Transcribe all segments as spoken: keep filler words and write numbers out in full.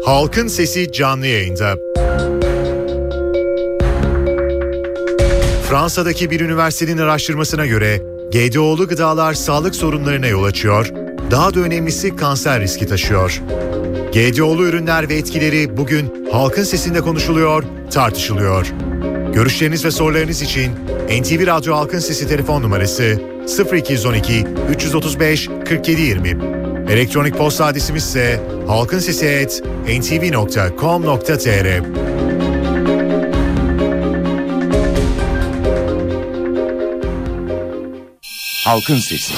Halkın Sesi canlı yayında. Fransa'daki bir üniversitenin araştırmasına göre G D O'lu gıdalar sağlık sorunlarına yol açıyor, daha da önemlisi kanser riski taşıyor. G D O'lu ürünler ve etkileri bugün Halkın Sesi'nde konuşuluyor, tartışılıyor. Görüşleriniz ve sorularınız için N T V Radyo Halkın Sesi telefon numarası sıfır iki on iki üç otuz beş kırk yedi yirmi. Elektronik posta adresimiz ise halkinsesi at en te ve nokta com nokta te er. Halkın Sesi.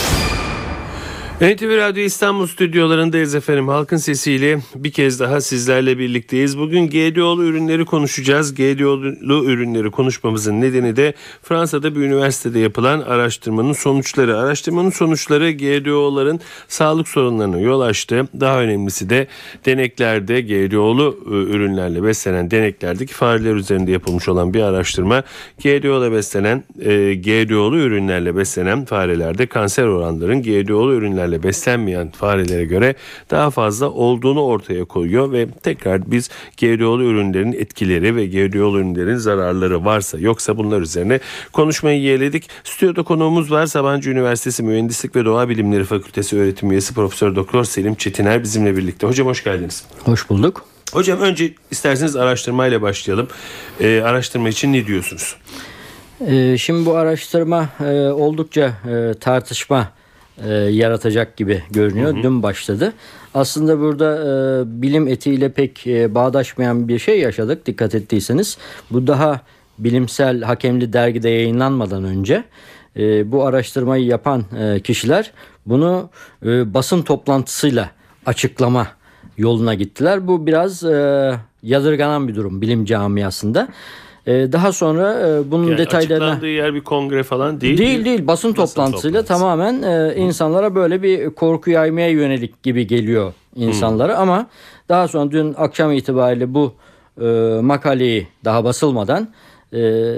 N T V Radyo İstanbul stüdyolarındayız efendim. Halkın Sesi'yle bir kez daha sizlerle birlikteyiz. Bugün G D O'lu ürünleri konuşacağız. G D O'lu ürünleri konuşmamızın nedeni de Fransa'da bir üniversitede yapılan araştırmanın sonuçları. Araştırmanın sonuçları G D O'ların sağlık sorunlarına yol açtı. Daha önemlisi de deneklerde G D O'lu ürünlerle beslenen deneklerdeki fareler üzerinde yapılmış olan bir araştırma. G D O'la beslenen, G D O'lu ürünlerle beslenen farelerde kanser oranlarının G D O'lu ürünlerle beslenmeyen farelere göre daha fazla olduğunu ortaya koyuyor ve tekrar biz G D O'lu ürünlerin etkileri ve G D O'lu ürünlerin zararları varsa yoksa bunlar üzerine konuşmayı yeğledik. Stüdyoda konuğumuz var. Sabancı Üniversitesi Mühendislik ve Doğa Bilimleri Fakültesi öğretim üyesi Profesör Doktor Selim Çetiner bizimle birlikte. Hocam hoş geldiniz. Hoş bulduk. Hocam önce isterseniz araştırmayla başlayalım. Ee, araştırma için ne diyorsunuz? Ee, şimdi bu araştırma e, oldukça e, tartışma E, yaratacak gibi görünüyor. Hı hı. Dün başladı. Aslında burada e, bilim etiğiyle pek e, bağdaşmayan bir şey yaşadık. Dikkat ettiyseniz. Bu daha bilimsel hakemli dergide yayınlanmadan önce e, bu araştırmayı yapan e, kişiler bunu e, basın toplantısıyla açıklama yoluna gittiler. Bu biraz e, yadırganan bir durum bilim camiasında. Daha sonra bunun yani detaylarına... Açıklandığı yer bir kongre falan değil. Değil değil basın, basın toplantısıyla toplantısı. Tamamen e, insanlara böyle bir korku yaymaya yönelik gibi geliyor insanlara. Hmm. Ama daha sonra dün akşam itibariyle bu e, makaleyi daha basılmadan e,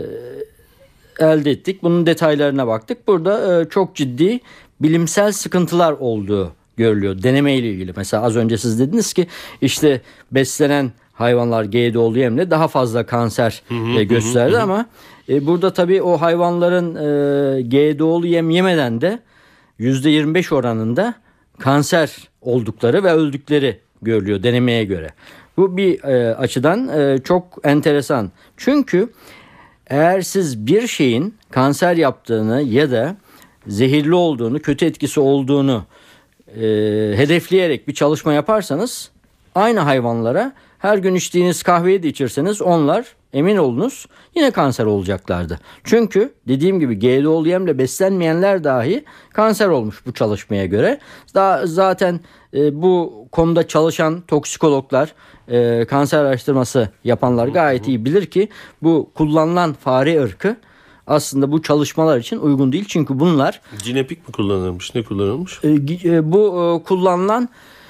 elde ettik. Bunun detaylarına baktık. Burada e, çok ciddi bilimsel sıkıntılar olduğu görülüyor. Deneme ile ilgili. Mesela az önce siz dediniz ki işte beslenen hayvanlar G D O'lu yemle daha fazla kanser hı hı, e, gösterdi hı hı. Ama e, burada tabii o hayvanların e, G D O'lu yem yemeden de yüzde yirmi beş oranında kanser oldukları ve öldükleri görülüyor denemeye göre. Bu bir e, açıdan e, çok enteresan. Çünkü eğer siz bir şeyin kanser yaptığını ya da zehirli olduğunu, kötü etkisi olduğunu e, hedefleyerek bir çalışma yaparsanız aynı hayvanlara her gün içtiğiniz kahveyi de içirseniz onlar emin olunuz yine kanser olacaklardı. Çünkü dediğim gibi G D O'lu yemle beslenmeyenler dahi kanser olmuş bu çalışmaya göre. Daha zaten e, bu konuda çalışan toksikologlar, e, kanser araştırması yapanlar gayet iyi bilir ki bu kullanılan fare ırkı aslında bu çalışmalar için uygun değil. Çünkü bunlar... Cinepik mi kullanılmış? Ne kullanılmış? E, e, bu e, kullanılan...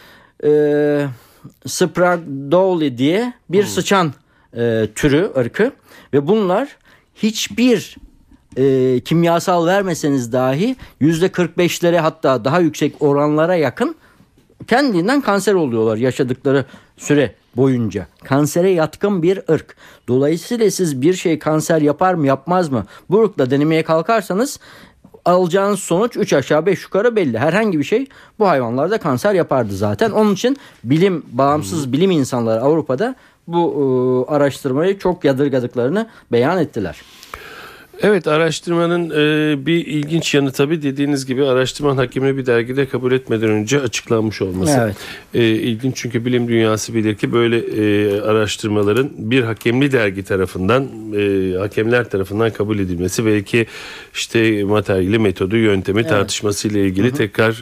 E, Sprague-Dawley diye bir hmm. sıçan e, türü, ırkı ve bunlar hiçbir e, kimyasal vermeseniz dahi yüzde kırk beşlere hatta daha yüksek oranlara yakın kendinden kanser oluyorlar yaşadıkları süre boyunca. Kansere yatkın bir ırk. Dolayısıyla siz bir şey kanser yapar mı yapmaz mı bu ırkla denemeye kalkarsanız alacağınız sonuç üç aşağı beş yukarı belli. Herhangi bir şey bu hayvanlarda kanser yapardı zaten. Onun için bilim bağımsız bilim insanları Avrupa'da bu e, araştırmayı çok yadırgadıklarını beyan ettiler. Evet, araştırmanın e, bir ilginç yanı tabii dediğiniz gibi araştırmanın hakemini bir dergide kabul etmeden önce açıklanmış olması. Evet. E, ilginç çünkü bilim dünyası bilir ki böyle e, araştırmaların bir hakemli dergi tarafından e, hakemler tarafından kabul edilmesi belki işte materyali, metodu, yöntemi evet. tartışmasıyla ilgili Hı-hı. tekrar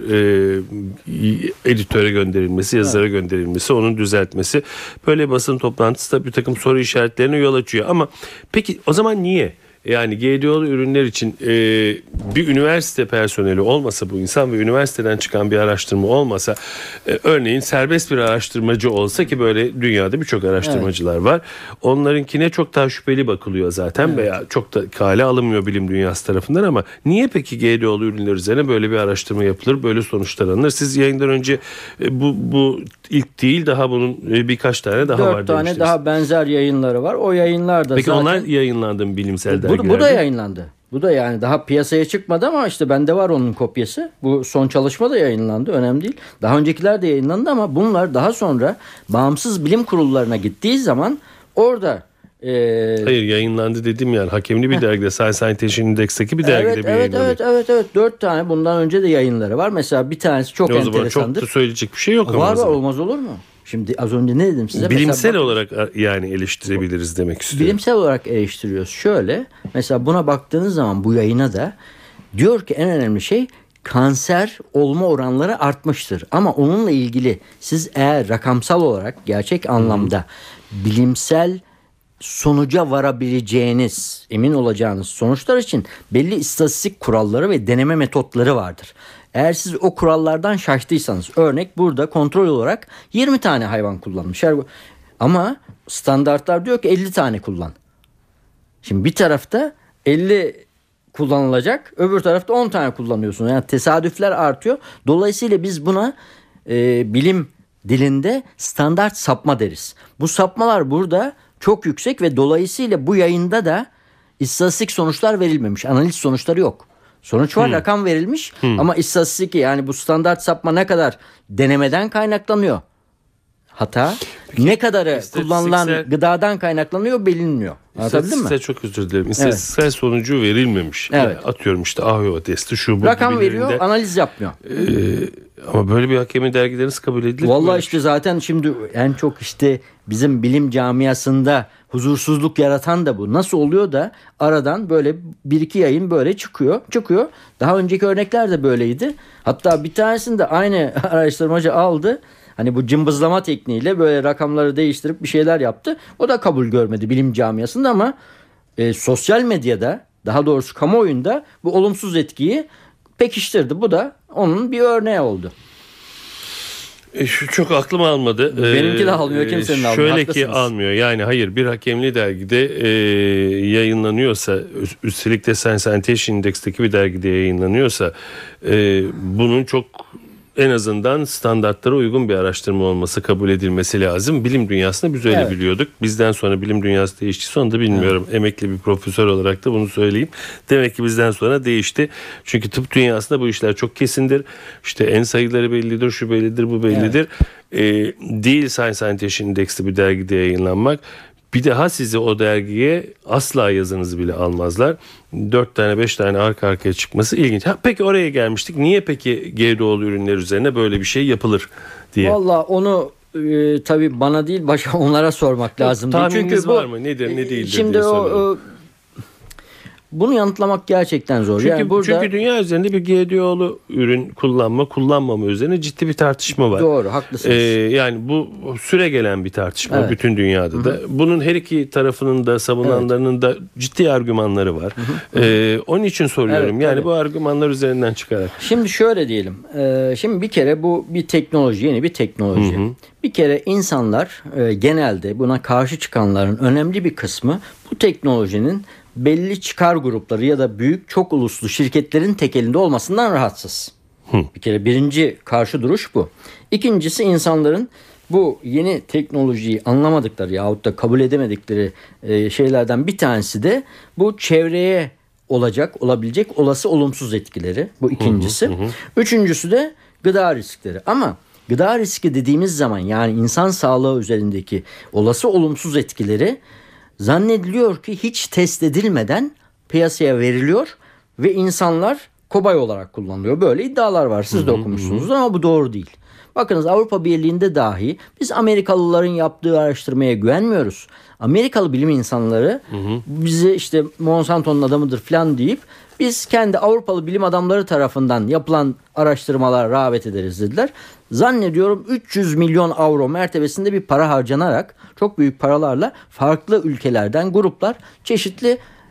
e, editöre gönderilmesi, yazara evet. gönderilmesi, onun düzeltmesi. Böyle basın toplantısı tabii bir takım soru işaretlerine yol açıyor. Ama peki o zaman niye? Yani G D O'lu ürünler için e, bir üniversite personeli olmasa bu insan ve üniversiteden çıkan bir araştırma olmasa, e, örneğin serbest bir araştırmacı olsa ki böyle dünyada birçok araştırmacılar evet. var. Onlarınkine çok daha şüpheli bakılıyor zaten evet. veya çok da kale alınmıyor bilim dünyası tarafından, ama niye peki G D O'lu ürünler üzerine böyle bir araştırma yapılır, böyle sonuçlar alınır? Siz yayından önce e, bu bu ilk değil, daha bunun e, birkaç tane daha Dört var tane demiştiniz. daha benzer yayınları var. O yayınlarda peki zaten... onlar yayınlandı mı bilimsel bu, dergilerde? Bu da yayınlandı. Bu da yani daha piyasaya çıkmadı ama işte bende var onun kopyası. Bu son çalışma da yayınlandı. Önemli değil. Daha öncekiler de yayınlandı ama bunlar daha sonra bağımsız bilim kurullarına gittiği zaman orada e... Hayır, yayınlandı dedim yani hakemli bir dergide, Science Citation Index'teki bir dergide evet, bir evet, yayınlandı. Evet evet evet dört tane bundan önce de yayınları var. Mesela bir tanesi çok e enteresandır. Çok da söyleyecek bir şey yok. Var var, olmaz olur mu? Şimdi az önce ne dedim size? Bilimsel mesela, olarak yani eleştirebiliriz demek istiyorum. Bilimsel olarak eleştiriyoruz. Şöyle mesela buna baktığınız zaman bu yayına da diyor ki en önemli şey kanser olma oranları artmıştır. Ama onunla ilgili siz eğer rakamsal olarak gerçek anlamda hmm. bilimsel sonuca varabileceğiniz, emin olacağınız sonuçlar için belli istatistik kuralları ve deneme metotları vardır. Eğer siz o kurallardan şaştıysanız, örnek burada kontrol olarak yirmi tane hayvan kullanmış. Ama standartlar diyor ki elli tane kullan. Şimdi bir tarafta elli kullanılacak, öbür tarafta on tane kullanıyorsun. Yani tesadüfler artıyor. Dolayısıyla biz buna e, bilim dilinde standart sapma deriz. Bu sapmalar burada çok yüksek ve dolayısıyla bu yayında da istatistik sonuçlar verilmemiş. Analiz sonuçları yok. Sonuç var, hmm. rakam verilmiş hmm. ama istatistik, yani bu standart sapma ne kadar denemeden kaynaklanıyor? Hata Peki, ne kadarı kullanılan gıdadan kaynaklanıyor bilinmiyor. Anlatabildim mi? Çok özür dilerim. İstatistiksel evet. sonucu verilmemiş. Evet. Yani atıyorum işte A H O testi şu bu. Rakam veriyor, analiz yapmıyor. Ee, ama böyle bir hakemi dergide nasıl kabul edilir? Vallahi işte zaten şimdi en çok işte bizim bilim camiasında huzursuzluk yaratan da bu. Nasıl oluyor da aradan böyle bir iki yayın böyle çıkıyor. Çıkıyor. Daha önceki örnekler de böyleydi. Hatta bir tanesini de aynı araştırmacı aldı. Hani bu cımbızlama tekniğiyle böyle rakamları değiştirip bir şeyler yaptı. O da kabul görmedi bilim camiasında ama e, sosyal medyada, daha doğrusu kamuoyunda bu olumsuz etkiyi pekiştirdi. Bu da onun bir örneği oldu. E, şu çok aklım almadı. Benimki de almıyor, kimsenin almıyor. Şöyle Haklısınız. ki almıyor. Yani hayır, bir hakemli dergide e, yayınlanıyorsa, üstelik de Science Citation Index'teki bir dergide yayınlanıyorsa e, bunun çok en azından standartlara uygun bir araştırma olması kabul edilmesi lazım. Bilim dünyasında biz öyle evet. biliyorduk. Bizden sonra bilim dünyası değişti. Sonra da bilmiyorum. Evet. Emekli bir profesör olarak da bunu söyleyeyim. Demek ki bizden sonra değişti. Çünkü tıp dünyasında bu işler çok kesindir. İşte en sayıları bellidir, şu bellidir, bu bellidir. Evet. Ee, değil Science Citation Index'te bir dergide yayınlanmak. Bir daha size o dergiye asla yazınızı bile almazlar. Dört tane beş tane arka arkaya çıkması ilginç. Ha, peki oraya gelmiştik. Niye peki G D O'lu ürünler üzerine böyle bir şey yapılır diye. Valla onu e, tabii bana değil başka onlara sormak lazım. Tahmininiz Çünkü bu, var mı? Nedir ne değildir şimdi diye o, soruyorum. o bunu yanıtlamak gerçekten zor. Çünkü, yani burada, çünkü dünya üzerinde bir G D O'lu ürün kullanma, kullanmama üzerine ciddi bir tartışma var. Doğru, haklısınız. Ee, yani bu süre gelen bir tartışma evet. bütün dünyada Hı-hı. da. Bunun her iki tarafının da savunanlarının evet. da ciddi argümanları var. Ee, onun için soruyorum. Evet, yani evet. bu argümanlar üzerinden çıkarak. Şimdi şöyle diyelim. Ee, şimdi bir kere bu bir teknoloji, yeni bir teknoloji. Hı-hı. Bir kere insanlar e, genelde buna karşı çıkanların önemli bir kısmı bu teknolojinin belli çıkar grupları ya da büyük çok uluslu şirketlerin tek elinde olmasından rahatsız. Hı. Bir kere birinci karşı duruş bu. İkincisi, insanların bu yeni teknolojiyi anlamadıkları yahut da kabul edemedikleri e, şeylerden bir tanesi de bu çevreye olacak, olabilecek olası olumsuz etkileri. Bu ikincisi. Hı hı hı. Üçüncüsü de gıda riskleri. Ama gıda riski dediğimiz zaman, yani insan sağlığı üzerindeki olası olumsuz etkileri zannediliyor ki hiç test edilmeden piyasaya veriliyor ve insanlar kobay olarak kullanılıyor. Böyle iddialar var. Siz de okumuşsunuz ama bu doğru değil. Bakınız, Avrupa Birliği'nde dahi biz Amerikalıların yaptığı araştırmaya güvenmiyoruz. Amerikalı bilim insanları hı hı. bizi işte Monsanto'nun adamıdır falan deyip biz kendi Avrupalı bilim adamları tarafından yapılan araştırmalara rağbet ederiz dediler. Zannediyorum üç yüz milyon avro mertebesinde bir para harcanarak, çok büyük paralarla farklı ülkelerden gruplar çeşitli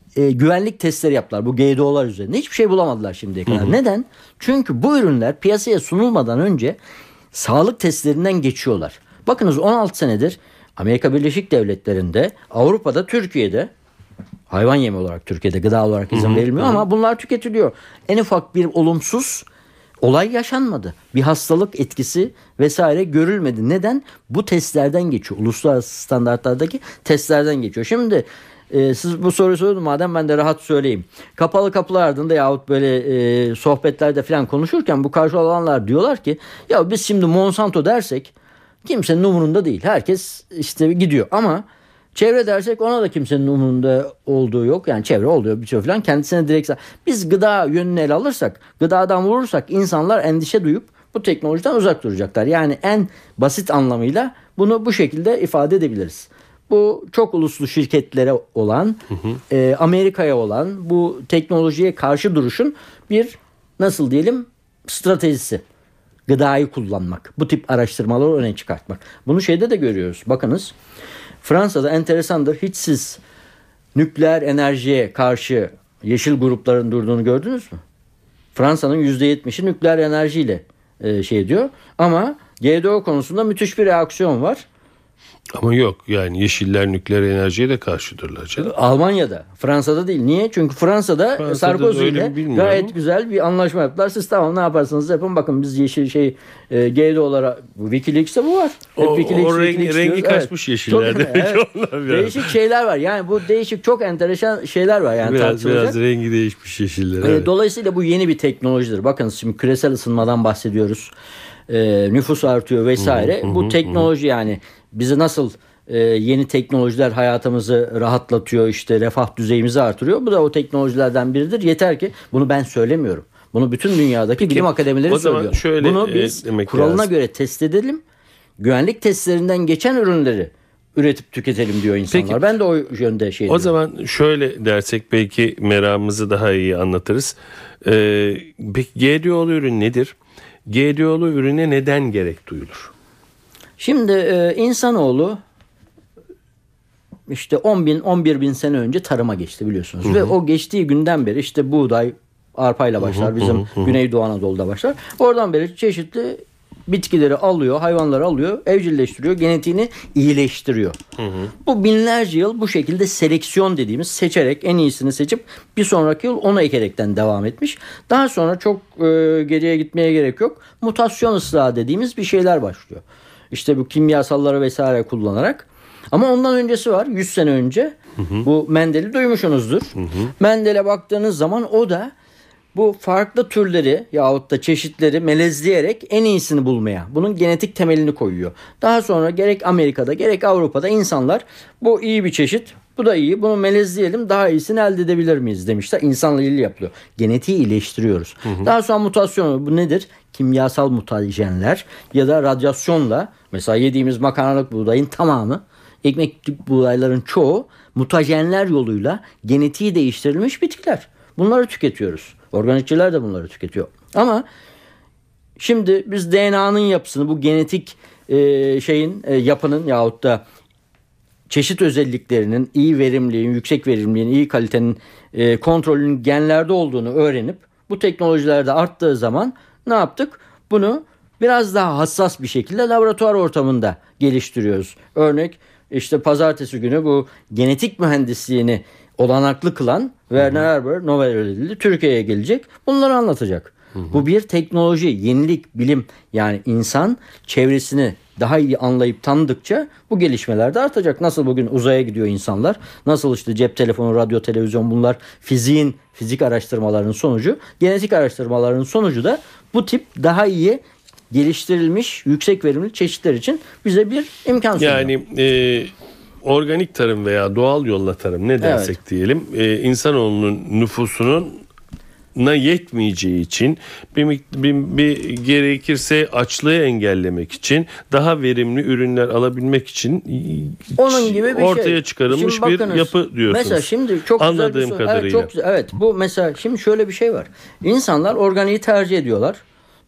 e, güvenlik testleri yaptılar bu G D O'lar üzerinde. Hiçbir şey bulamadılar şimdiye kadar. Hı hı. Neden? Çünkü bu ürünler piyasaya sunulmadan önce sağlık testlerinden geçiyorlar. Bakınız on altı senedir Amerika Birleşik Devletleri'nde, Avrupa'da, Türkiye'de hayvan yemi olarak Türkiye'de gıda olarak izin verilmiyor ama bunlar tüketiliyor. En ufak bir olumsuz olay yaşanmadı. Bir hastalık etkisi vesaire görülmedi. Neden? Bu testlerden geçiyor. Uluslararası standartlardaki testlerden geçiyor. Şimdi e, siz bu soruyu sordunuz, madem ben de rahat söyleyeyim. Kapalı kapılar ardında yahut böyle e, sohbetlerde falan konuşurken bu karşı olanlar diyorlar ki ya biz şimdi Monsanto dersek kimsenin umurunda değil. Herkes işte gidiyor ama çevre dersek ona da kimsenin umurunda olduğu yok. Yani çevre oluyor bitiyor falan. Kendisine direkt biz gıda yönünü ele alırsak, gıdadan vurursak insanlar endişe duyup bu teknolojiden uzak duracaklar. Yani en basit anlamıyla bunu bu şekilde ifade edebiliriz. Bu çok uluslu şirketlere olan, hı hı. E, Amerika'ya olan bu teknolojiye karşı duruşun bir nasıl diyelim stratejisi. Gıdayı kullanmak, bu tip araştırmaları öne çıkartmak. Bunu şeyde de görüyoruz. Bakınız Fransa'da enteresandır. Hiç siz nükleer enerjiye karşı yeşil grupların durduğunu gördünüz mü? Fransa'nın yüzde yetmişi nükleer enerjiyle e, şey diyor. Ama G D O konusunda müthiş bir reaksiyon var. Ama yok yani yeşiller nükleer enerjiye de karşıdırlar canım. Almanya'da, Fransa'da değil. Niye? Çünkü Fransa'da, Fransa'da Sarkozy ile gayet güzel bir anlaşma yaptılar. Siz tamam ne yaparsanız yapın. Bakın biz yeşil şey e, G D O'lara Wikileaks'te bu var. O, Wikileaks, o rengi, Wikileaks rengi kaçmış evet. Yeşillerde. Evet. Değişik şeyler var. Yani bu değişik çok enteresan şeyler var. Yani biraz, biraz rengi değişmiş yeşiller. Evet. Dolayısıyla bu yeni bir teknolojidir. Bakın şimdi küresel ısınmadan bahsediyoruz. E, nüfus artıyor vesaire. Hı hı, bu teknoloji hı. yani bizi nasıl e, yeni teknolojiler hayatımızı rahatlatıyor, işte refah düzeyimizi artırıyor. Bu da o teknolojilerden biridir. Yeter ki bunu ben söylemiyorum. Bunu bütün dünyadaki Peki, bilim akademileri söylüyor. Şöyle, bunu biz e, kuralına lazım. göre test edelim. Güvenlik testlerinden geçen ürünleri üretip tüketelim diyor insanlar. Peki, ben de o yönde şey O diyorum. zaman şöyle dersek belki meramımızı daha iyi anlatırız. Ee, G D O'lu ürün nedir? G D O'lu ürüne neden gerek duyulur? Şimdi e, insanoğlu işte on bin on bir bin sene önce tarıma geçti biliyorsunuz. Hı hı. Ve o geçtiği günden beri işte buğday arpayla başlar. Bizim hı hı hı. Güneydoğu Anadolu'da başlar. Oradan beri çeşitli bitkileri alıyor, hayvanları alıyor, evcilleştiriyor, genetiğini iyileştiriyor. Hı hı. Bu binlerce yıl bu şekilde seleksiyon dediğimiz seçerek en iyisini seçip bir sonraki yıl onu ekerekten devam etmiş. Daha sonra çok e, geriye gitmeye gerek yok. Mutasyon ıslahı dediğimiz bir şeyler başlıyor. İşte bu kimyasalları vesaire kullanarak. Ama ondan öncesi var. yüz sene önce. Hı hı. Bu Mendel'i duymuşsunuzdur. Hı hı. Mendel'e baktığınız zaman o da bu farklı türleri yahut da çeşitleri melezleyerek en iyisini bulmaya, bunun genetik temelini koyuyor. Daha sonra gerek Amerika'da gerek Avrupa'da insanlar bu iyi bir çeşit, bu da iyi, bunu melezleyelim, daha iyisini elde edebilir miyiz demişler. İnsanla ilgili yapılıyor. Genetiği iyileştiriyoruz. Hı hı. Daha sonra mutasyon, bu nedir? Kimyasal mutajenler ya da radyasyonla, mesela yediğimiz makarnalık buğdayın tamamı, ekmek buğdayların çoğu mutajenler yoluyla genetiği değiştirilmiş bitkiler. Bunları tüketiyoruz. Organikçiler de bunları tüketiyor. Ama şimdi biz D N A'nın yapısını, bu genetik e, şeyin e, yapının yahut da çeşit özelliklerinin, iyi verimliliğin, yüksek verimliliğin, iyi kalitenin e, kontrolünün genlerde olduğunu öğrenip bu teknolojilerde arttığı zaman ne yaptık? Bunu biraz daha hassas bir şekilde laboratuvar ortamında geliştiriyoruz. Örnek işte pazartesi günü bu genetik mühendisliğini olanaklı kılan Werner Erber Nobel ödüllü Türkiye'ye gelecek. Bunları anlatacak. Hı hı. Bu bir teknoloji, yenilik, bilim, yani insan çevresini daha iyi anlayıp tanıdıkça bu gelişmeler de artacak. Nasıl bugün uzaya gidiyor insanlar? Nasıl işte cep telefonu, radyo, televizyon, bunlar fiziğin, fizik araştırmalarının sonucu, genetik araştırmaların sonucu da bu tip daha iyi geliştirilmiş, yüksek verimli çeşitler için bize bir imkan sunuyor. Yani e, organik tarım veya doğal yolla tarım ne dersek evet. diyelim, e, insanoğlunun nüfusunun na yetmeyeceği için bir, bir, bir gerekirse açlığı engellemek için, daha verimli ürünler alabilmek için onun gibi bir ortaya şey. çıkarılmış bakınız, bir yapı diyorsunuz. Mesela şimdi çok anladığım güzel bir kadarıyla. Evet, çok güzel. Evet, bu mesela şimdi şöyle bir şey var. İnsanlar organiği tercih ediyorlar.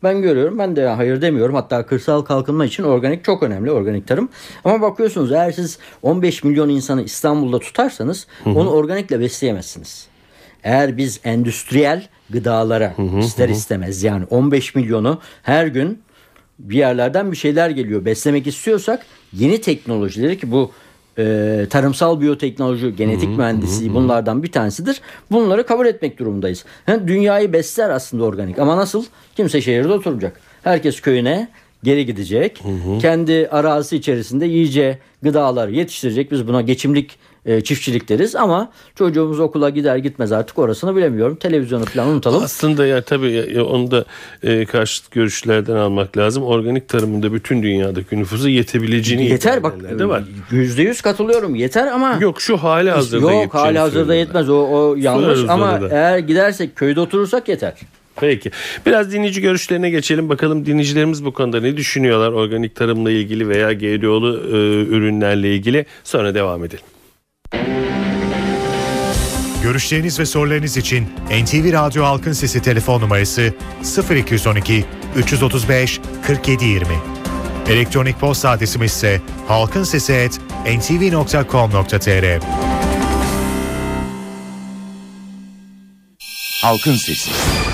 Ben görüyorum. Ben de hayır demiyorum. Hatta kırsal kalkınma için organik çok önemli. Organik tarım. Ama bakıyorsunuz eğer siz on beş milyon insanı İstanbul'da tutarsanız hı hı. onu organikle besleyemezsiniz. Eğer biz endüstriyel gıdalara hı hı, ister hı. istemez yani on beş milyonu her gün bir yerlerden bir şeyler geliyor beslemek istiyorsak yeni teknolojileri ki bu e, tarımsal biyoteknoloji, genetik hı hı, mühendisliği hı. bunlardan bir tanesidir. Bunları kabul etmek durumundayız. Yani dünyayı besler aslında organik ama nasıl? Kimse şehirde oturacak. Herkes köyüne geri gidecek. Hı hı. Kendi arazisi içerisinde iyice gıdalar yetiştirecek. Biz buna geçimlik e, çiftçilik deriz ama çocuğumuz okula gider gitmez artık orasını bilemiyorum. Televizyonu falan unutalım. Aslında ya tabii ya, ya onu da e, karşıt görüşlerden almak lazım. Organik tarımında bütün dünyadaki nüfusu yetebileceğini yeter bak yüzde yüz katılıyorum yeter ama yok şu hali hazırda yok hali hazırda yetmez o, o yanlış ama eğer gidersek köyde oturursak yeter. Peki. Biraz dinleyici görüşlerine geçelim. Bakalım dinleyicilerimiz bu konuda ne düşünüyorlar? Organik tarımla ilgili veya G D O'lu e, ürünlerle ilgili. Sonra devam edelim. Görüşleriniz ve sorularınız için N T V Radyo Halkın Sesi telefon numarası sıfır iki on iki üç otuz beş kırk yedi yirmi. Elektronik posta adresimiz ise halkinsesi at en ti vi nokta com nokta t r. Halkın Sesi.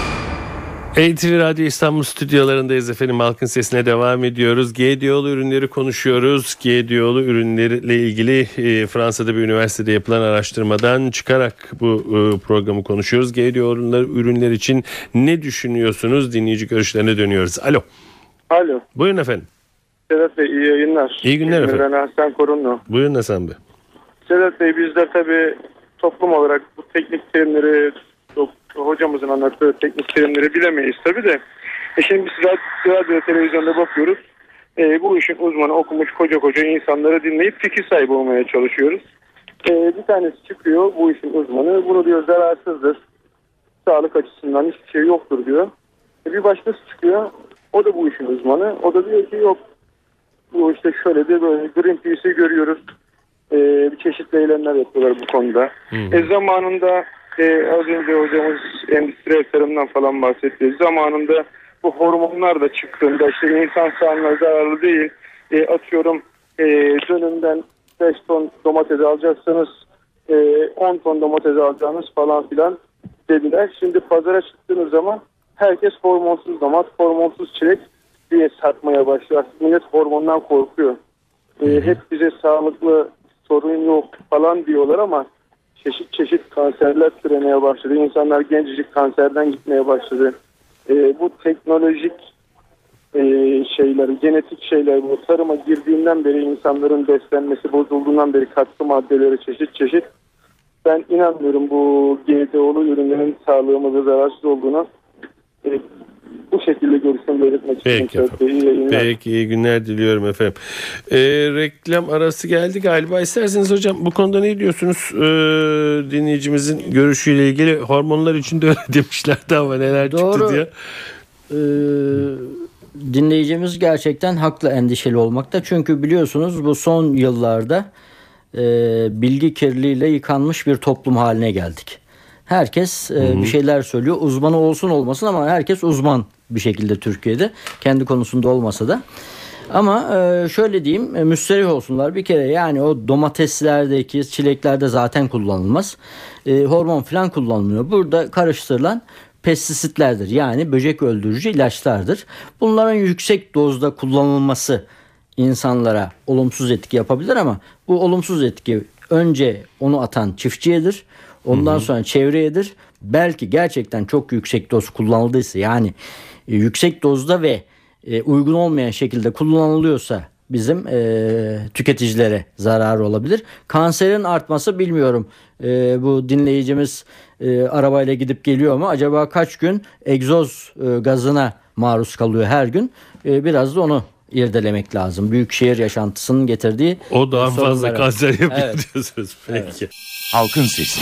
N T V Radyo İstanbul stüdyolarındayız efendim. Halkın Sesi'ne devam ediyoruz. G D O'lu ürünleri konuşuyoruz. G D O'lu ürünlerle ilgili e, Fransa'da bir üniversitede yapılan araştırmadan çıkarak bu e, programı konuşuyoruz. G D O'lu ürünler için ne düşünüyorsunuz? Dinleyici görüşlerine dönüyoruz. Alo. Alo. Buyurun efendim. Sedat Bey iyi yayınlar. İyi günler efendim. Ben Hasan Korunlu. Buyurun Hasan Bey. Sedat Bey bizler tabii toplum olarak bu teknik terimleri hocamızın anlattığı teknik terimleri bilemeyiz tabii de. E şimdi biz radyo, televizyonda bakıyoruz. E, bu işin uzmanı okumuş koca koca insanları dinleyip fikir sahibi olmaya çalışıyoruz. E, bir tanesi çıkıyor bu işin uzmanı. Bunu diyor zararsızdır. Sağlık açısından hiçbir şey yoktur diyor. E, bir başkası çıkıyor. O da bu işin uzmanı. O da diyor ki yok. Bu işte şöyle de böyle Greenpeace'i görüyoruz. E, bir çeşitli eylemler yapıyorlar bu konuda. Hmm. E, zamanında e, az önce hocamız endüstriyel tarımdan falan bahsetti. Zamanında bu hormonlar da çıktığında işte insan sağlığına zararlı değil. E, atıyorum e, dönümden beş ton domates alacaksanız e, on ton domates alacağınız falan filan dediler. Şimdi pazara çıktığınız zaman herkes hormonsuz domates, hormonsuz çilek diye satmaya başlıyor. Millet hormondan korkuyor. E, hep bize sağlıklı sorun yok falan diyorlar ama çeşit çeşit kanserler türemeye başladı. İnsanlar gencecik kanserden gitmeye başladı. E, bu teknolojik e, şeyler, genetik şeyler bu tarıma girdiğinden beri insanların beslenmesi bozulduğundan beri katkı maddeleri çeşit çeşit. Ben inanmıyorum bu G D O'lu ürünlerin sağlığımıza zararsız olduğuna. E, bu şekilde görüşümü belirtmek istiyorum. Peki, iyi Peki iyi günler diliyorum efendim. E, reklam arası geldi galiba. İsterseniz hocam bu konuda ne diyorsunuz? E, dinleyicimizin görüşüyle ilgili hormonlar için de öyle demişlerdi ama neler Doğru. çıktı diye. Ee, dinleyicimiz gerçekten haklı endişeli olmakta. Çünkü biliyorsunuz bu son yıllarda e, bilgi kirliliğiyle yıkanmış bir toplum haline geldik. Herkes e, bir şeyler söylüyor. Uzmanı olsun olmasın ama herkes uzman bir şekilde Türkiye'de. Kendi konusunda olmasa da. Ama e, şöyle diyeyim e, müsterih olsunlar bir kere yani o domateslerdeki çileklerde zaten kullanılmaz. E, hormon falan kullanılmıyor. Burada karıştırılan pestisitlerdir yani böcek öldürücü ilaçlardır. Bunların yüksek dozda kullanılması insanlara olumsuz etki yapabilir ama bu olumsuz etki önce onu atan çiftçiyedir. Ondan hı hı. sonra çevreyedir. Belki gerçekten çok yüksek doz kullanıldıysa yani e, yüksek dozda ve e, uygun olmayan şekilde kullanılıyorsa bizim e, tüketicilere zararı olabilir. Kanserin artması bilmiyorum. E, bu dinleyicimiz e, arabayla gidip geliyor mu? Acaba kaç gün egzoz e, gazına maruz kalıyor her gün? E, biraz da onu irdelemek lazım. Büyükşehir yaşantısının getirdiği o daha fazla kanser yapıyor evet. diyorsunuz. Peki. Evet. Halkın Sesi.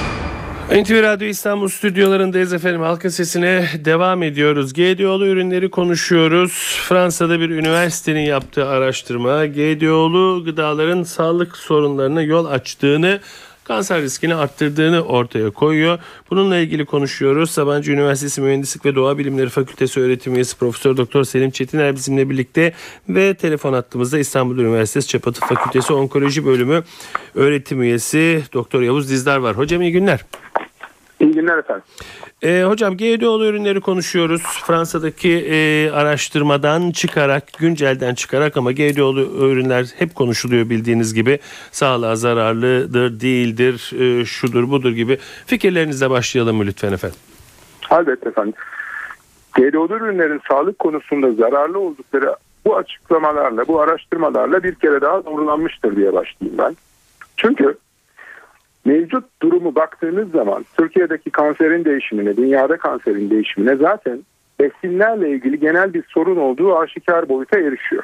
N T V Radyo İstanbul stüdyolarındayız efendim. Halkın Sesi'ne devam ediyoruz. G D O'lu ürünleri konuşuyoruz. Fransa'da bir üniversitenin yaptığı araştırma G D O'lu gıdaların sağlık sorunlarına yol açtığını kanser riskini arttırdığını ortaya koyuyor. Bununla ilgili konuşuyoruz. Sabancı Üniversitesi Mühendislik ve Doğa Bilimleri Fakültesi öğretim üyesi Profesör Doktor Selim Çetiner bizimle birlikte ve telefon hattımızda İstanbul Üniversitesi Çapa Tıp Fakültesi Onkoloji Bölümü öğretim üyesi Doktor Yavuz Dizdar var. Hocam iyi günler. İyi günler efendim. Ee, hocam G D O'lu ürünleri konuşuyoruz. Fransa'daki e, araştırmadan çıkarak, güncelden çıkarak ama G D O'lu ürünler hep konuşuluyor bildiğiniz gibi. Sağlığa zararlıdır, değildir, e, şudur budur gibi. Fikirlerinizle başlayalım mı lütfen efendim? Elbette efendim. G D O'lu ürünlerin sağlık konusunda zararlı oldukları bu açıklamalarla, bu araştırmalarla bir kere daha doğrulanmıştır diye başlayayım ben. Çünkü mevcut durumu baktığınız zaman Türkiye'deki kanserin değişimine, dünyada kanserin değişimine zaten besinlerle ilgili genel bir sorun olduğu aşikar boyuta erişiyor.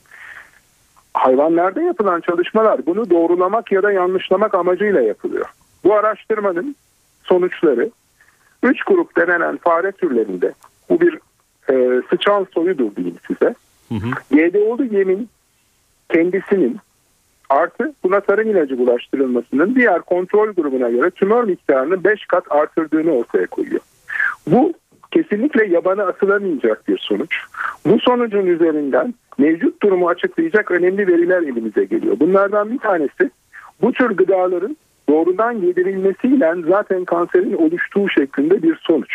Hayvanlarda yapılan çalışmalar bunu doğrulamak ya da yanlışlamak amacıyla yapılıyor. Bu araştırmanın sonuçları üç grup denenen fare türlerinde, bu bir e, sıçan soyudur diyeyim size. Hı hı. G D O'lu yemin kendisinin artı buna tarım ilacı bulaştırılmasının diğer kontrol grubuna göre tümör miktarını beş kat artırdığını ortaya koyuyor. Bu kesinlikle yabana atılamayacak bir sonuç. Bu sonucun üzerinden mevcut durumu açıklayacak önemli veriler elimize geliyor. Bunlardan bir tanesi bu tür gıdaların doğrudan yedirilmesiyle zaten kanserin oluştuğu şeklinde bir sonuç.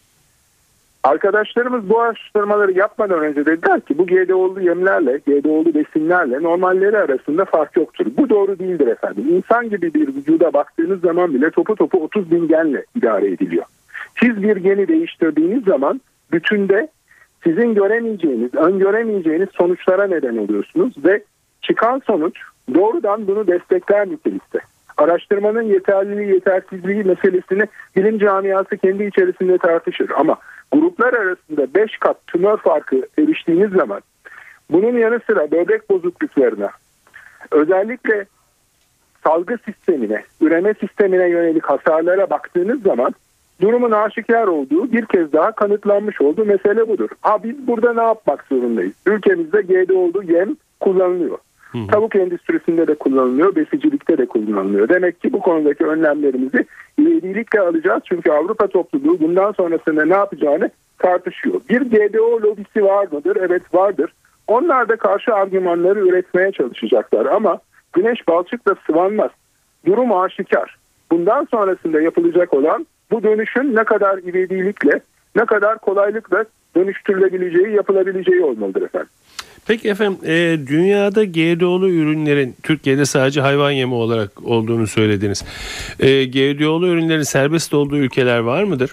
Arkadaşlarımız bu araştırmaları yapmadan önce dediler ki bu G D O'lu yemlerle, G D O'lu besinlerle normalleri arasında fark yoktur. Bu doğru değildir efendim. İnsan gibi bir vücuda baktığınız zaman bile topu topu otuz bin genle idare ediliyor. Siz bir geni değiştirdiğiniz zaman bütünde sizin göremeyeceğiniz, öngöremeyeceğiniz sonuçlara neden oluyorsunuz ve çıkan sonuç doğrudan bunu destekler nitelikte. Araştırmanın yeterliliği, yetersizliği meselesini bilim camiası kendi içerisinde tartışır ama gruplar arasında beş kat tümör farkı eriştiğiniz zaman bunun yanı sıra böbrek bozukluklarına, özellikle salgı sistemine, üreme sistemine yönelik hasarlara baktığınız zaman durumun aşikar olduğu bir kez daha kanıtlanmış olduğu mesele budur. Ha biz burada ne yapmak zorundayız? Ülkemizde G D O'lu yem kullanılıyor. Hı hı. Tavuk endüstrisinde de kullanılıyor, besicilikte de kullanılıyor. Demek ki bu konudaki önlemlerimizi ivedilikle alacağız. Çünkü Avrupa topluluğu bundan sonrasında ne yapacağını tartışıyor. Bir G D O lobisi var mıdır? Evet vardır. Onlar da karşı argümanları üretmeye çalışacaklar. Ama güneş balçıkla sıvanmaz. Durum aşikar. Bundan sonrasında yapılacak olan bu dönüşün ne kadar ivedilikle, ne kadar kolaylıkla dönüştürülebileceği, yapılabileceği olmalıdır efendim. Peki efendim e, dünyada G D O'lu ürünlerin Türkiye'de sadece hayvan yemi olarak olduğunu söylediniz. E, G D O'lu ürünlerin serbest olduğu ülkeler var mıdır?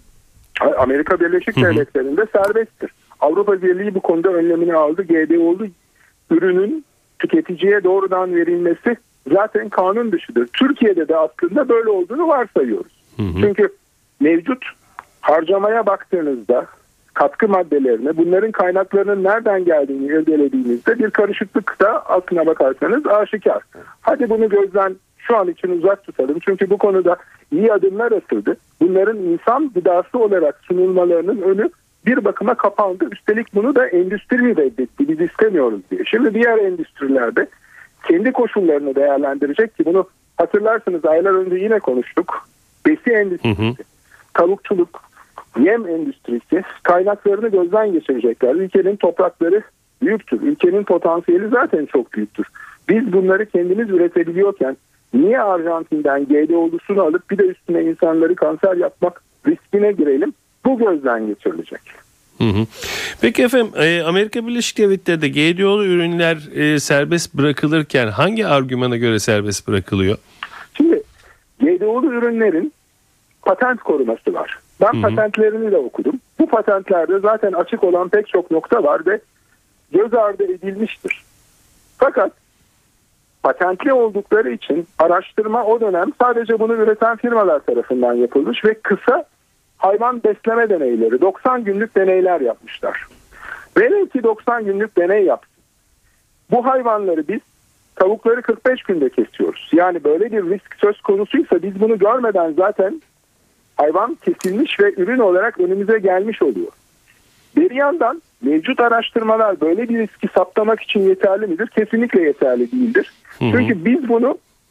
Amerika Birleşik hı hı. Devletleri'nde serbesttir. Avrupa Birliği bu konuda önlemini aldı. G D O'lu ürünün tüketiciye doğrudan verilmesi zaten kanun dışıdır. Türkiye'de de aslında böyle olduğunu varsayıyoruz. Hı hı. Çünkü mevcut harcamaya baktığınızda katkı maddelerine, bunların kaynaklarının nereden geldiğini irdelediğinizde bir karışıklık da aslına bakarsanız aşikar. Hadi bunu gözden şu an için uzak tutalım. Çünkü bu konuda iyi adımlar atıldı. Bunların insan gıdası olarak sunulmalarının önü bir bakıma kapandı. Üstelik bunu da endüstri reddetti. Biz istemiyoruz diye. Şimdi diğer endüstrilerde kendi koşullarını değerlendirecek ki bunu hatırlarsınız aylar önce yine konuştuk. Besi endüstrisi, hı hı. tavukçuluk, yem endüstrisi kaynaklarını gözden geçirecekler. Ülkenin toprakları büyüktür. Ülkenin potansiyeli zaten çok büyüktür. Biz bunları kendimiz üretebiliyorken niye Arjantin'den G D O'lusunu alıp bir de üstüne insanları kanser yapmak riskine girelim? Bu gözden geçirilecek. Hı hı. Peki efendim Amerika Birleşik Devletleri'de G D O'lu ürünler serbest bırakılırken hangi argümana göre serbest bırakılıyor? Şimdi G D O'lu ürünlerin patent koruması var. Ben hı hı. patentlerini de okudum. Bu patentlerde zaten açık olan pek çok nokta var ve göz ardı edilmiştir. Fakat patentli oldukları için araştırma o dönem sadece bunu üreten firmalar tarafından yapılmış ve kısa hayvan besleme deneyleri, doksan günlük deneyler yapmışlar. Velev ki doksan günlük deney yapsın. Bu hayvanları biz tavukları kırk beş günde kesiyoruz. Yani böyle bir risk söz konusuysa biz bunu görmeden zaten hayvan kesilmiş ve ürün olarak önümüze gelmiş oluyor. Bir yandan mevcut araştırmalar böyle bir riski saptamak için yeterli midir? Kesinlikle yeterli değildir. Hı hı. Çünkü biz bunu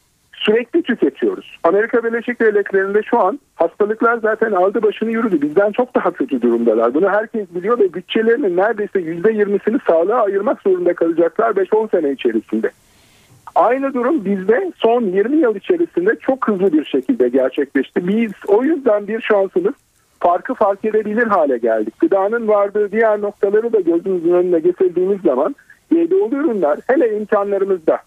sürekli tüketiyoruz. Amerika Birleşik Devletleri'nde şu an hastalıklar zaten aldı başını yürüdü. Bizden çok daha kötü durumdalar. Bunu herkes biliyor ve bütçelerinin neredeyse yüzde yirmisini sağlığa ayırmak zorunda kalacaklar beş on sene içerisinde. Aynı durum bizde son yirmi yıl içerisinde çok hızlı bir şekilde gerçekleşti. Biz o yüzden bir şansımız farkı fark edebilir hale geldik. Gıdanın vardığı diğer noktaları da gözümüzün önüne getirdiğimiz zaman G D O'lu ürünler hele imkanlarımızda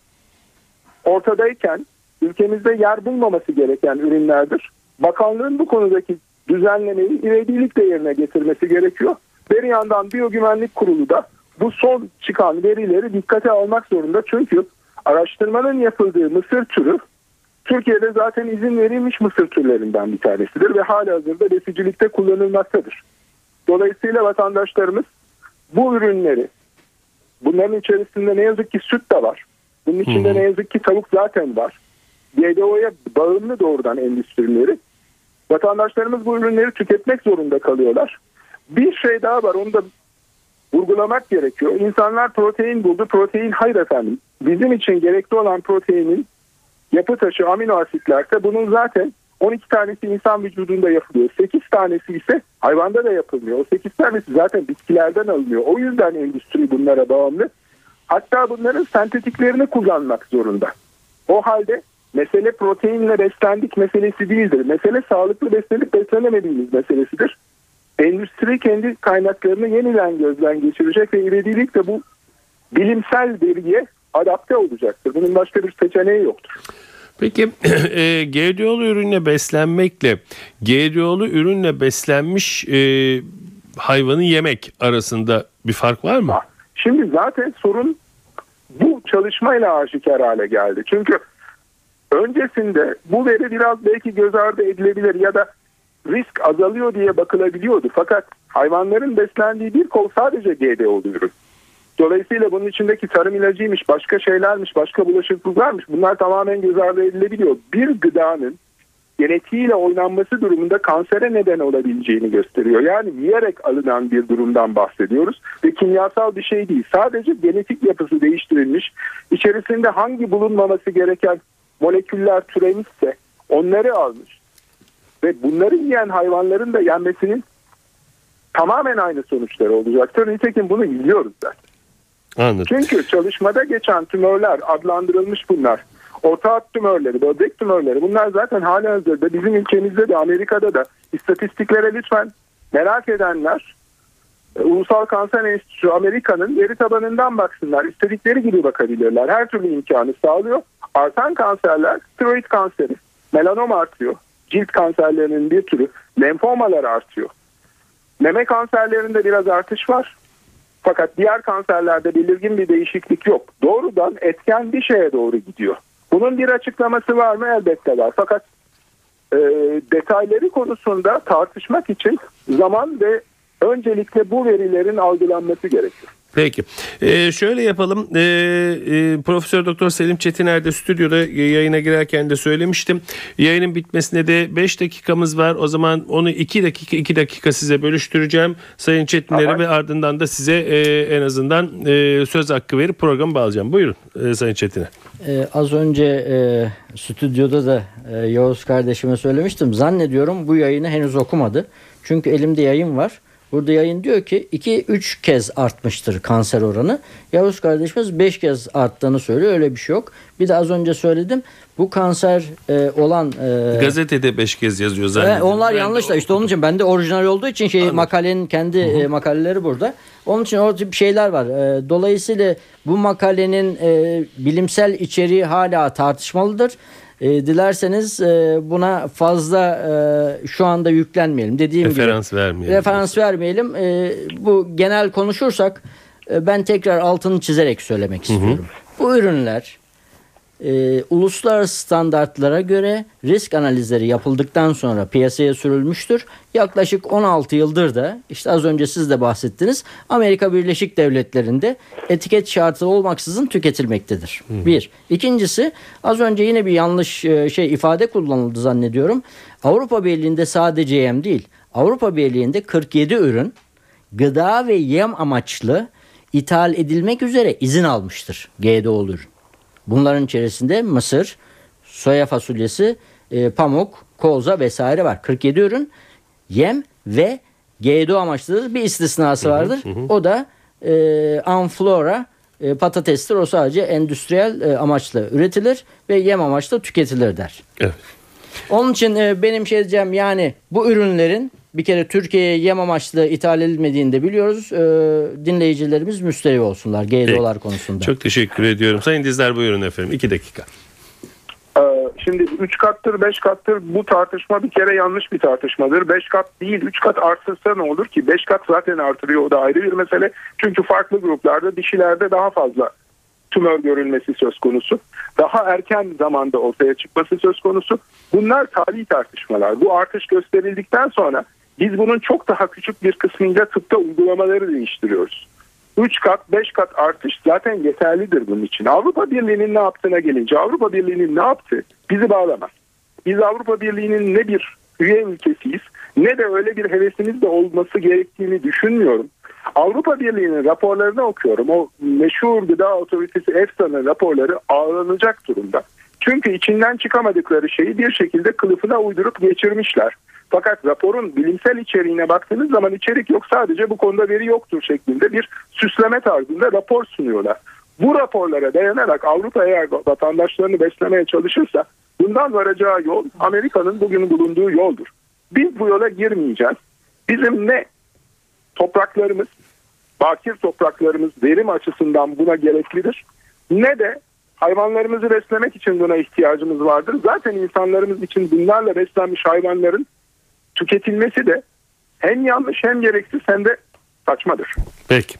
ortadayken ülkemizde yer bulmaması gereken ürünlerdir. Bakanlığın bu konudaki düzenlemeyi ivedilikle yerine getirmesi gerekiyor. Bir yandan Biyogüvenlik Kurulu da bu son çıkan verileri dikkate almak zorunda. Çünkü araştırmanın yapıldığı mısır türü Türkiye'de zaten izin verilmiş mısır türlerinden bir tanesidir ve halihazırda besicilikte kullanılmaktadır. Dolayısıyla vatandaşlarımız bu ürünleri, bunların içerisinde ne yazık ki süt de var. Bunun içinde hmm. ne yazık ki tavuk zaten var. G D O'ya bağımlı doğrudan endüstrileri. Vatandaşlarımız bu ürünleri tüketmek zorunda kalıyorlar. Bir şey daha var, onu da vurgulamak gerekiyor. İnsanlar protein buldu. Protein hayır efendim. Bizim için gerekli olan proteinin yapı taşı amino asitlerse bunun zaten on iki tanesi insan vücudunda yapılıyor. sekiz tanesi ise hayvanda da yapılıyor. O sekiz tanesi zaten bitkilerden alınıyor. O yüzden endüstri bunlara bağımlı. Hatta bunların sentetiklerini kullanmak zorunda. O halde mesele proteinle beslendik meselesi değildir. Mesele sağlıklı beslenip beslenemediğimiz meselesidir. Endüstri kendi kaynaklarını yeniden gözden geçirecek ve ivedilikle bu bilimsel veriye adapte olacaktır. Bunun başka bir seçeneği yoktur. Peki e, G D O'lu ürünle beslenmekle G D O'lu ürünle beslenmiş e, hayvanı yemek arasında bir fark var mı? Şimdi zaten sorun bu çalışmayla aşikar hale geldi. Çünkü öncesinde bu veri biraz belki göz ardı edilebilir ya da risk azalıyor diye bakılabiliyordu. Fakat hayvanların beslendiği bir kol sadece G D O'lu ürün. Dolayısıyla bunun içindeki tarım ilacıymış, başka şeylermiş, başka bulaşıklıklarmış. Bunlar tamamen göz ardı edilebiliyor. Bir gıdanın genetiğiyle oynanması durumunda kansere neden olabileceğini gösteriyor. Yani yiyerek alınan bir durumdan bahsediyoruz ve kimyasal bir şey değil. Sadece genetik yapısı değiştirilmiş, içerisinde hangi bulunmaması gereken moleküller türemişse onları almış ve bunları yiyen hayvanların da yenmesinin tamamen aynı sonuçları olacaktır. Nitekim bunu biliyoruz zaten. Anladım. Çünkü çalışmada geçen tümörler adlandırılmış bunlar. Orta hat tümörleri, böbrek tümörleri bunlar zaten halihazırda bizim ülkemizde de Amerika'da da istatistiklere lütfen merak edenler Ulusal Kanser Enstitüsü Amerika'nın veri tabanından baksınlar. İstedikleri gibi bakabilirler. Her türlü imkanı sağlıyor. Artan kanserler tiroid kanseri, melanom artıyor. Cilt kanserlerinin bir türü, lenfomalar artıyor. Meme kanserlerinde biraz artış var. Fakat diğer kanserlerde belirgin bir değişiklik yok. Doğrudan etken bir şeye doğru gidiyor. Bunun bir açıklaması var mı? Elbette var. Fakat e, detayları konusunda tartışmak için zaman ve öncelikle bu verilerin algılanması gerekiyor. Peki. Ee, şöyle yapalım. Ee, e, Profesör Doktor Selim Çetiner de stüdyoda yayına girerken de söylemiştim. Yayının bitmesine de beş dakikamız var. O zaman onu iki dakika iki dakika size bölüştüreceğim. Sayın Çetiner'e ve ardından da size e, en azından e, söz hakkı verip programı bağlayacağım. Buyurun e, Sayın Çetiner. Ee, az önce e, stüdyoda da e, Yavuz kardeşime söylemiştim. Zannediyorum bu yayını henüz okumadı. Çünkü elimde yayın var. Burada yayın diyor ki iki üç kez artmıştır kanser oranı. Yavuz kardeşimiz beş kez arttığını söylüyor. Öyle bir şey yok. Bir de az önce söyledim. Bu kanser e, olan... E, Gazetede beş kez yazıyor zaten. E, onlar ben yanlış da işte onun için ben de orijinal olduğu için şey Anladım. makalenin kendi e, makaleleri burada. Onun için orada bir şeyler var. E, dolayısıyla bu makalenin e, bilimsel içeriği hala tartışmalıdır. E, dilerseniz e, buna fazla e, şu anda yüklenmeyelim. Dediğim referans gibi vermeyelim. Referans vermeyelim. E, bu genel konuşursak e, ben tekrar altını çizerek söylemek istiyorum. Hı hı. Bu ürünler e, uluslararası standartlara göre risk analizleri yapıldıktan sonra piyasaya sürülmüştür. Yaklaşık on altı yıldır da işte az önce siz de bahsettiniz, Amerika Birleşik Devletleri'nde etiket şartı olmaksızın tüketilmektedir. Hı. Bir. İkincisi, az önce yine bir yanlış şey ifade kullanıldı zannediyorum. Avrupa Birliği'nde sadece yem değil, Avrupa Birliği'nde kırk yedi ürün gıda ve yem amaçlı ithal edilmek üzere izin almıştır G D O'lu ürün. Bunların içerisinde mısır, soya fasulyesi, e, pamuk, kolza vesaire var. kırk yedi ürün yem ve G D O amaçlıdır. Bir istisnası vardır. Hı hı hı. O da e, Amflora e, patatestir. O sadece endüstriyel e, amaçlı üretilir ve yem amaçlı tüketilir der. Evet. Onun için e, benim şey diyeceğim, yani bu ürünlerin bir kere Türkiye'ye yem amaçlı ithal edilmediğini de biliyoruz. E, dinleyicilerimiz müsterih olsunlar G D O'lar konusunda. Çok teşekkür ediyorum. Sayın Dizdar buyurun efendim. iki dakika. Şimdi üç kattır beş kattır bu tartışma bir kere yanlış bir tartışmadır. beş kat değil üç kat artırsa ne olur ki? beş kat zaten artırıyor, o da ayrı bir mesele. Çünkü farklı gruplarda dişilerde daha fazla tümör görülmesi söz konusu. Daha erken zamanda ortaya çıkması söz konusu. Bunlar tarihi tartışmalar. Bu artış gösterildikten sonra biz bunun çok daha küçük bir kısmıyla tıpta uygulamaları değiştiriyoruz. üç kat beş kat artış zaten yeterlidir bunun için. Avrupa Birliği'nin ne yaptığına gelince, Avrupa Birliği'nin ne yaptığı bizi bağlamaz. Biz Avrupa Birliği'nin ne bir üye ülkesiyiz ne de öyle bir hevesimiz de olması gerektiğini düşünmüyorum. Avrupa Birliği'nin raporlarını okuyorum. O meşhur gıda otoritesi EFSA'nın raporları ağlanacak durumda. Çünkü içinden çıkamadıkları şeyi bir şekilde kılıfına uydurup geçirmişler. Fakat raporun bilimsel içeriğine baktığınız zaman içerik yok, sadece bu konuda veri yoktur şeklinde bir süsleme tarzında rapor sunuyorlar. Bu raporlara dayanarak Avrupa eğer vatandaşlarını beslemeye çalışırsa bundan varacağı yol Amerika'nın bugün bulunduğu yoldur. Biz bu yola girmeyeceğiz. Bizim ne topraklarımız, bakir topraklarımız verim açısından buna gereklidir, ne de hayvanlarımızı beslemek için buna ihtiyacımız vardır. Zaten insanlarımız için bunlarla beslenmiş hayvanların tüketilmesi de hem yanlış hem gereksiz hem de saçmadır. Peki.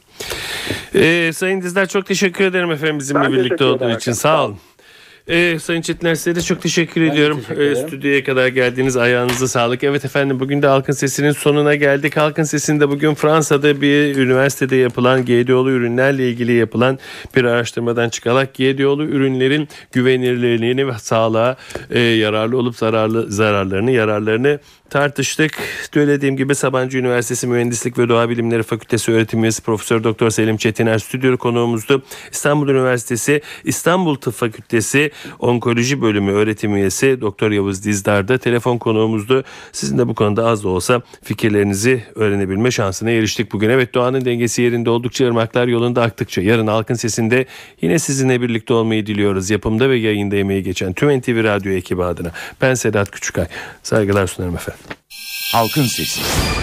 Ee, Sayın Dizdar çok teşekkür ederim efendim bizimle ben birlikte olduğu için. Sağ olun. Ee, Sayın Çetiner size de çok teşekkür ben ediyorum. Teşekkür ee, stüdyoya kadar geldiğiniz ayağınıza sağlık. Evet efendim bugün de Halkın Sesi'nin sonuna geldik. Halkın Sesi'nde bugün Fransa'da bir üniversitede yapılan G D O'lu ürünlerle ilgili yapılan bir araştırmadan çıkarak G D O'lu ürünlerin güvenilirliğini ve sağlığa e, yararlı olup zararlı zararlarını yararlarını tartıştık. Söylediğim gibi Sabancı Üniversitesi Mühendislik ve Doğa Bilimleri Fakültesi öğretim üyesi Profesör Doktor Selim Çetiner stüdyo konuğumuzdu. İstanbul Üniversitesi İstanbul Tıp Fakültesi Onkoloji Bölümü öğretim üyesi Doktor Yavuz Dizdar da telefon konuğumuzdu. Sizin de bu konuda az da olsa fikirlerinizi öğrenebilme şansına eriştik bugün. Evet, doğanın dengesi yerinde oldukça, ırmaklar yolunda aktıkça yarın Halkın Sesi'nde yine sizinle birlikte olmayı diliyoruz. Yapımda ve yayında emeği geçen tüm N T V Radyo ekibi adına ben Sedat Küçükay. Saygılar sunarım efendim. Halkın Sesi.